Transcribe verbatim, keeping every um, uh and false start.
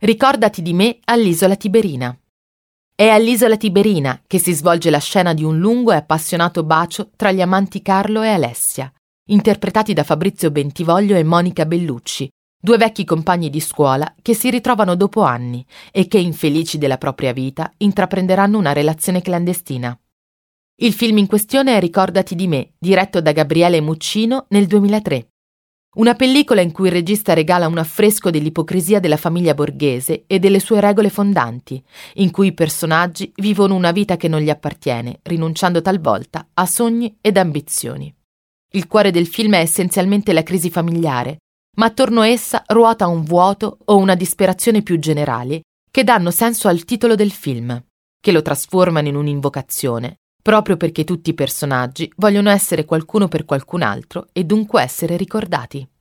Ricordati di me all'Isola Tiberina. È all'Isola Tiberina che si svolge la scena di un lungo e appassionato bacio tra gli amanti Carlo e Alessia, interpretati da Fabrizio Bentivoglio e Monica Bellucci, due vecchi compagni di scuola che si ritrovano dopo anni e che, infelici della propria vita, intraprenderanno una relazione clandestina. Il film in questione è Ricordati di me, diretto da Gabriele Muccino nel duemilatré. Una pellicola in cui il regista regala un affresco dell'ipocrisia della famiglia borghese e delle sue regole fondanti, in cui i personaggi vivono una vita che non gli appartiene, rinunciando talvolta a sogni ed ambizioni. Il cuore del film è essenzialmente la crisi familiare, ma attorno a essa ruota un vuoto o una disperazione più generali che danno senso al titolo del film, che lo trasformano in un'invocazione, proprio perché tutti i personaggi vogliono essere qualcuno per qualcun altro e dunque essere ricordati.